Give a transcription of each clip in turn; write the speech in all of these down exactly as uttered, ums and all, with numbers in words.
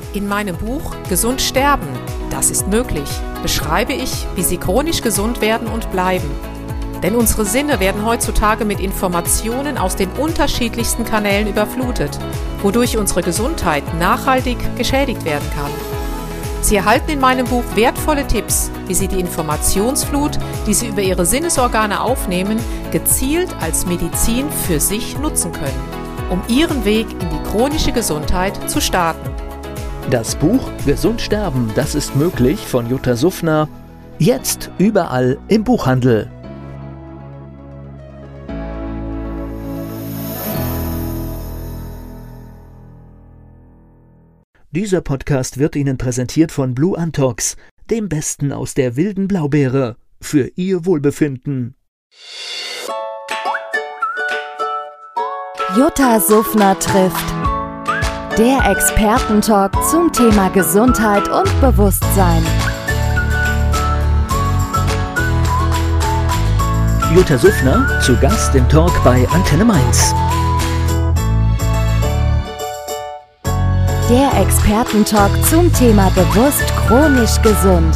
In meinem Buch Gesund sterben, das ist möglich, beschreibe ich, wie Sie chronisch gesund werden und bleiben. Denn unsere Sinne werden heutzutage mit Informationen aus den unterschiedlichsten Kanälen überflutet, wodurch unsere Gesundheit nachhaltig geschädigt werden kann. Sie erhalten in meinem Buch wertvolle Tipps, wie Sie die Informationsflut, die Sie über Ihre Sinnesorgane aufnehmen, gezielt als Medizin für sich nutzen können, um Ihren Weg in die chronische Gesundheit zu starten. Das Buch Gesund sterben, das ist möglich von Jutta Suffner. Jetzt überall im Buchhandel. Dieser Podcast wird Ihnen präsentiert von Blue Antox, dem Besten aus der wilden Blaubeere, für Ihr Wohlbefinden. Jutta Suffner trifft. Der Expertentalk zum Thema Gesundheit und Bewusstsein. Jutta Suffner zu Gast im Talk bei Antenne Mainz. Der Expertentalk zum Thema bewusst chronisch gesund.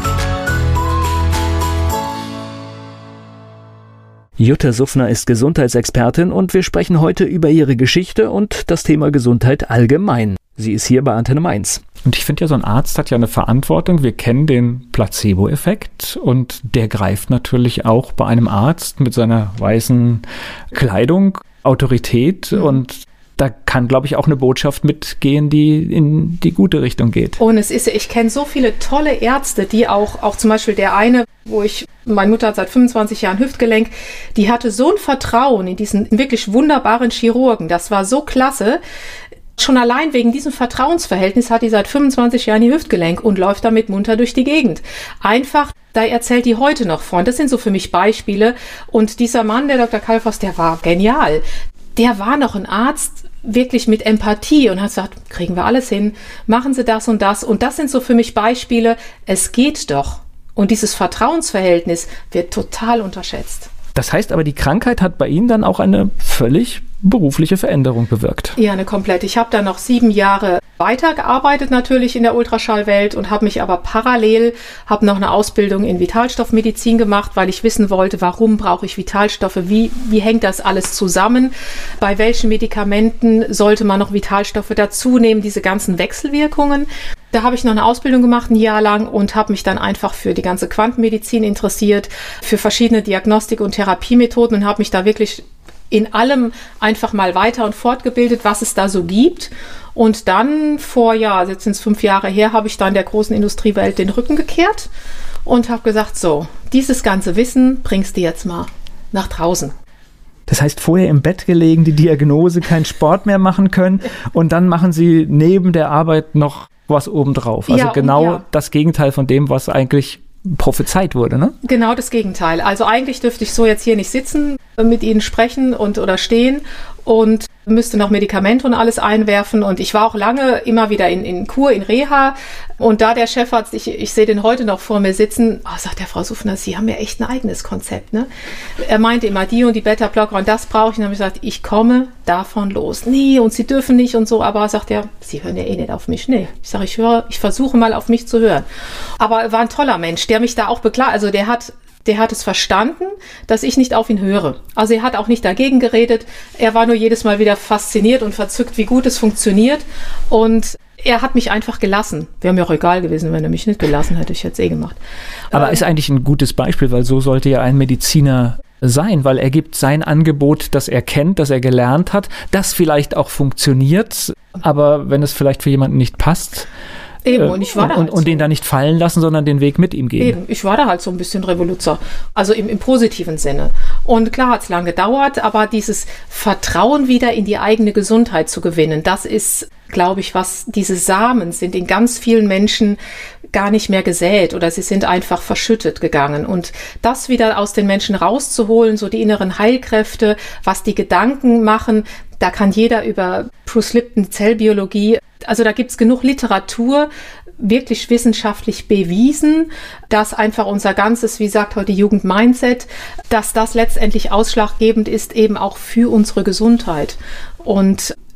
Jutta Suffner ist Gesundheitsexpertin und wir sprechen heute über ihre Geschichte und das Thema Gesundheit allgemein. Sie ist hier bei Antenne Mainz. Und ich finde ja, so ein Arzt hat ja eine Verantwortung. Wir kennen den Placebo-Effekt und der greift natürlich auch bei einem Arzt mit seiner weißen Kleidung, Autorität mhm. und da kann, glaube ich, auch eine Botschaft mitgehen, die in die gute Richtung geht. Und es ist, ich kenne so viele tolle Ärzte, die auch, auch zum Beispiel der eine, wo ich, meine Mutter hat seit fünfundzwanzig Jahren Hüftgelenk, die hatte so ein Vertrauen in diesen wirklich wunderbaren Chirurgen. Das war so klasse. Schon allein wegen diesem Vertrauensverhältnis hat die seit fünfundzwanzig Jahren die Hüftgelenk und läuft damit munter durch die Gegend. Einfach, da erzählt die heute noch von. Das sind so für mich Beispiele. Und dieser Mann, der Doktor Kalfas, der war genial. Der war noch ein Arzt, wirklich mit Empathie und hat gesagt, kriegen wir alles hin, machen Sie das und das. Und das sind so für mich Beispiele, es geht doch. Und dieses Vertrauensverhältnis wird total unterschätzt. Das heißt aber, die Krankheit hat bei Ihnen dann auch eine völlig berufliche Veränderung bewirkt. Ja, eine komplett. Ich habe da noch sieben Jahre weitergearbeitet natürlich in der Ultraschallwelt und habe mich aber parallel, habe noch eine Ausbildung in Vitalstoffmedizin gemacht, weil ich wissen wollte, warum brauche ich Vitalstoffe, wie, wie hängt das alles zusammen, bei welchen Medikamenten sollte man noch Vitalstoffe dazu nehmen, diese ganzen Wechselwirkungen. Da habe ich noch eine Ausbildung gemacht, ein Jahr lang, und habe mich dann einfach für die ganze Quantenmedizin interessiert, für verschiedene Diagnostik- und Therapiemethoden und habe mich da wirklich in allem einfach mal weiter und fortgebildet, was es da so gibt. Und dann vor, ja, jetzt sind es fünf Jahre her, habe ich dann der großen Industriewelt den Rücken gekehrt und habe gesagt, so, dieses ganze Wissen bringst du jetzt mal nach draußen. Das heißt, vorher im Bett gelegen, die Diagnose, keinen Sport mehr machen können und dann machen Sie neben der Arbeit noch was obendrauf. Also ja, genau ja. das Gegenteil von dem, was eigentlich prophezeit wurde, ne? Genau das Gegenteil. Also eigentlich dürfte ich so jetzt hier nicht sitzen, mit Ihnen sprechen und oder stehen und müsste noch Medikamente und alles einwerfen. Und ich war auch lange immer wieder in, in Kur, in Reha. Und da der Chefarzt, ich, ich sehe den heute noch vor mir sitzen, oh, sagt der Frau Suffner, Sie haben ja echt ein eigenes Konzept, ne? Er meinte immer die und die Beta-Blocker und das brauche ich. Und dann habe ich gesagt, ich komme davon los. Nee, und Sie dürfen nicht und so. Aber sagt er, Sie hören ja eh nicht auf mich. Nee, ich sage, ich höre, ich versuche mal auf mich zu hören. Aber er war ein toller Mensch, der mich da auch begleitet. Also der hat Der hat es verstanden, dass ich nicht auf ihn höre. Also er hat auch nicht dagegen geredet. Er war nur jedes Mal wieder fasziniert und verzückt, wie gut es funktioniert. Und er hat mich einfach gelassen. Wäre mir auch egal gewesen, wenn er mich nicht gelassen hätte. Ich hätte es eh gemacht. Aber ähm, ist eigentlich ein gutes Beispiel, weil so sollte ja ein Mediziner sein, weil er gibt sein Angebot, das er kennt, das er gelernt hat, das vielleicht auch funktioniert. Aber wenn es vielleicht für jemanden nicht passt, Eben, und ich war da und, halt und so. den da nicht fallen lassen, sondern den Weg mit ihm gehen. Eben, ich war da halt so ein bisschen Revoluzer, also im, im positiven Sinne. Und klar hat es lange gedauert, aber dieses Vertrauen wieder in die eigene Gesundheit zu gewinnen, das ist, glaube ich, was diese Samen sind in ganz vielen Menschen gar nicht mehr gesät oder sie sind einfach verschüttet gegangen. Und das wieder aus den Menschen rauszuholen, so die inneren Heilkräfte, was die Gedanken machen, da kann jeder über Bruce Lipton, Zellbiologie, also da gibt es genug Literatur, wirklich wissenschaftlich bewiesen, dass einfach unser ganzes, wie sagt heute Jugend, Mindset, dass das letztendlich ausschlaggebend ist, eben auch für unsere Gesundheit. Und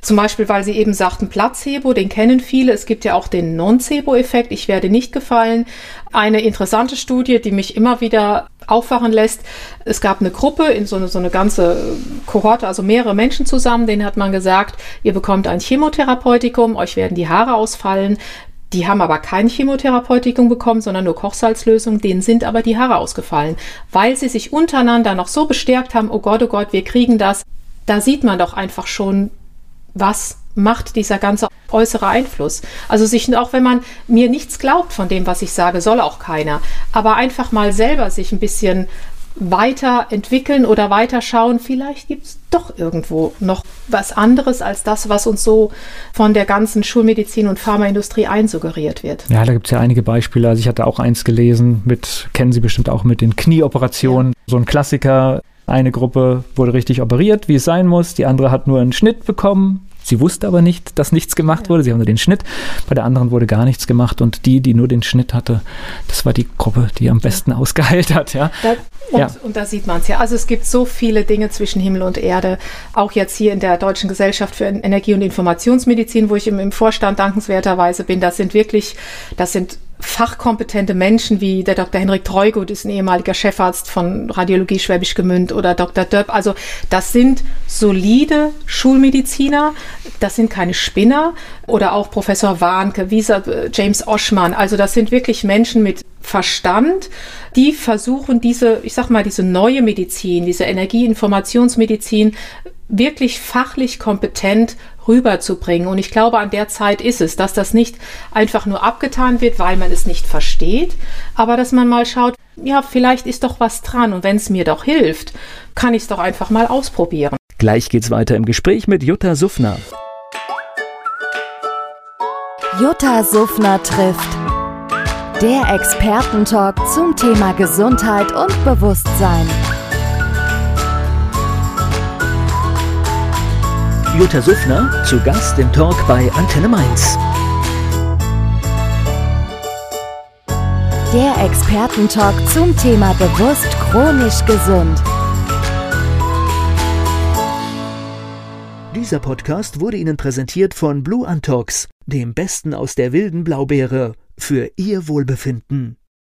Zum Beispiel, weil Sie eben sagten, Placebo, den kennen viele. Es gibt ja auch den Nocebo-Effekt, ich werde nicht gefallen. Eine interessante Studie, die mich immer wieder aufwachen lässt. Es gab eine Gruppe, in so eine, so eine ganze Kohorte, also mehrere Menschen zusammen, denen hat man gesagt, ihr bekommt ein Chemotherapeutikum, euch werden die Haare ausfallen. Die haben aber kein Chemotherapeutikum bekommen, sondern nur Kochsalzlösung. Denen sind aber die Haare ausgefallen, weil sie sich untereinander noch so bestärkt haben, oh Gott, oh Gott, wir kriegen das. Da sieht man doch einfach schon, was macht dieser ganze äußere Einfluss. Also sich, auch wenn man mir nichts glaubt von dem, was ich sage, soll auch keiner, aber einfach mal selber sich ein bisschen weiterentwickeln oder weiterschauen, vielleicht gibt es doch irgendwo noch was anderes als das, was uns so von der ganzen Schulmedizin und Pharmaindustrie einsuggeriert wird. Ja, da gibt es ja einige Beispiele. Also ich hatte auch eins gelesen, mit, kennen Sie bestimmt auch, mit den Knieoperationen, ja. So ein Klassiker. Eine Gruppe wurde richtig operiert, wie es sein muss. Die andere hat nur einen Schnitt bekommen. Sie wusste aber nicht, dass nichts gemacht wurde. Sie haben nur den Schnitt. Bei der anderen wurde gar nichts gemacht. Und die, die nur den Schnitt hatte, das war die Gruppe, die am besten ja. ausgeheilt hat. Ja. Da, und, ja. und da sieht man es ja. Also es gibt so viele Dinge zwischen Himmel und Erde. Auch jetzt hier in der Deutschen Gesellschaft für Energie- und Informationsmedizin, wo ich im, im Vorstand dankenswerterweise bin. Das sind wirklich, das sind fachkompetente Menschen wie der Doktor Henrik Treugut, ist ein ehemaliger Chefarzt von Radiologie Schwäbisch Gmünd, oder Doktor Döpp. Also das sind solide Schulmediziner, das sind keine Spinner, oder auch Professor Warnke, Wieser, James Oschmann. Also das sind wirklich Menschen mit Verstand, die versuchen diese, ich sag mal, diese neue Medizin, diese Energieinformationsmedizin wirklich fachlich kompetent rüberzubringen. Und ich glaube, an der Zeit ist es, dass das nicht einfach nur abgetan wird, weil man es nicht versteht, aber dass man mal schaut, ja, vielleicht ist doch was dran, und wenn es mir doch hilft, kann ich es doch einfach mal ausprobieren. Gleich geht's weiter im Gespräch mit Jutta Suffner. Jutta Suffner trifft. Der Expertentalk zum Thema Gesundheit und Bewusstsein. Jutta Suffner zu Gast im Talk bei Antenne Mainz. Der Expertentalk zum Thema bewusst chronisch gesund. Dieser Podcast wurde Ihnen präsentiert von Blue Antox, dem Besten aus der wilden Blaubeere, für Ihr Wohlbefinden.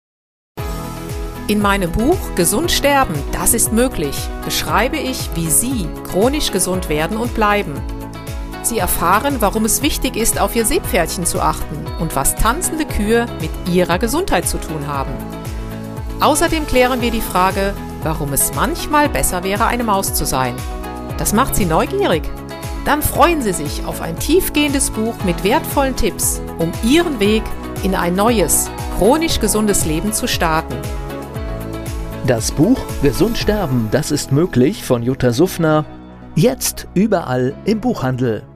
In meinem Buch Gesund sterben, das ist möglich, beschreibe ich, wie Sie chronisch gesund werden und bleiben. Sie erfahren, warum es wichtig ist, auf Ihr Seepferdchen zu achten und was tanzende Kühe mit Ihrer Gesundheit zu tun haben. Außerdem klären wir die Frage, warum es manchmal besser wäre, eine Maus zu sein. Das macht Sie neugierig? Dann freuen Sie sich auf ein tiefgehendes Buch mit wertvollen Tipps, um Ihren Weg in ein neues, chronisch gesundes Leben zu starten. Das Buch Gesund sterben, das ist möglich von Jutta Suffner. Jetzt überall im Buchhandel.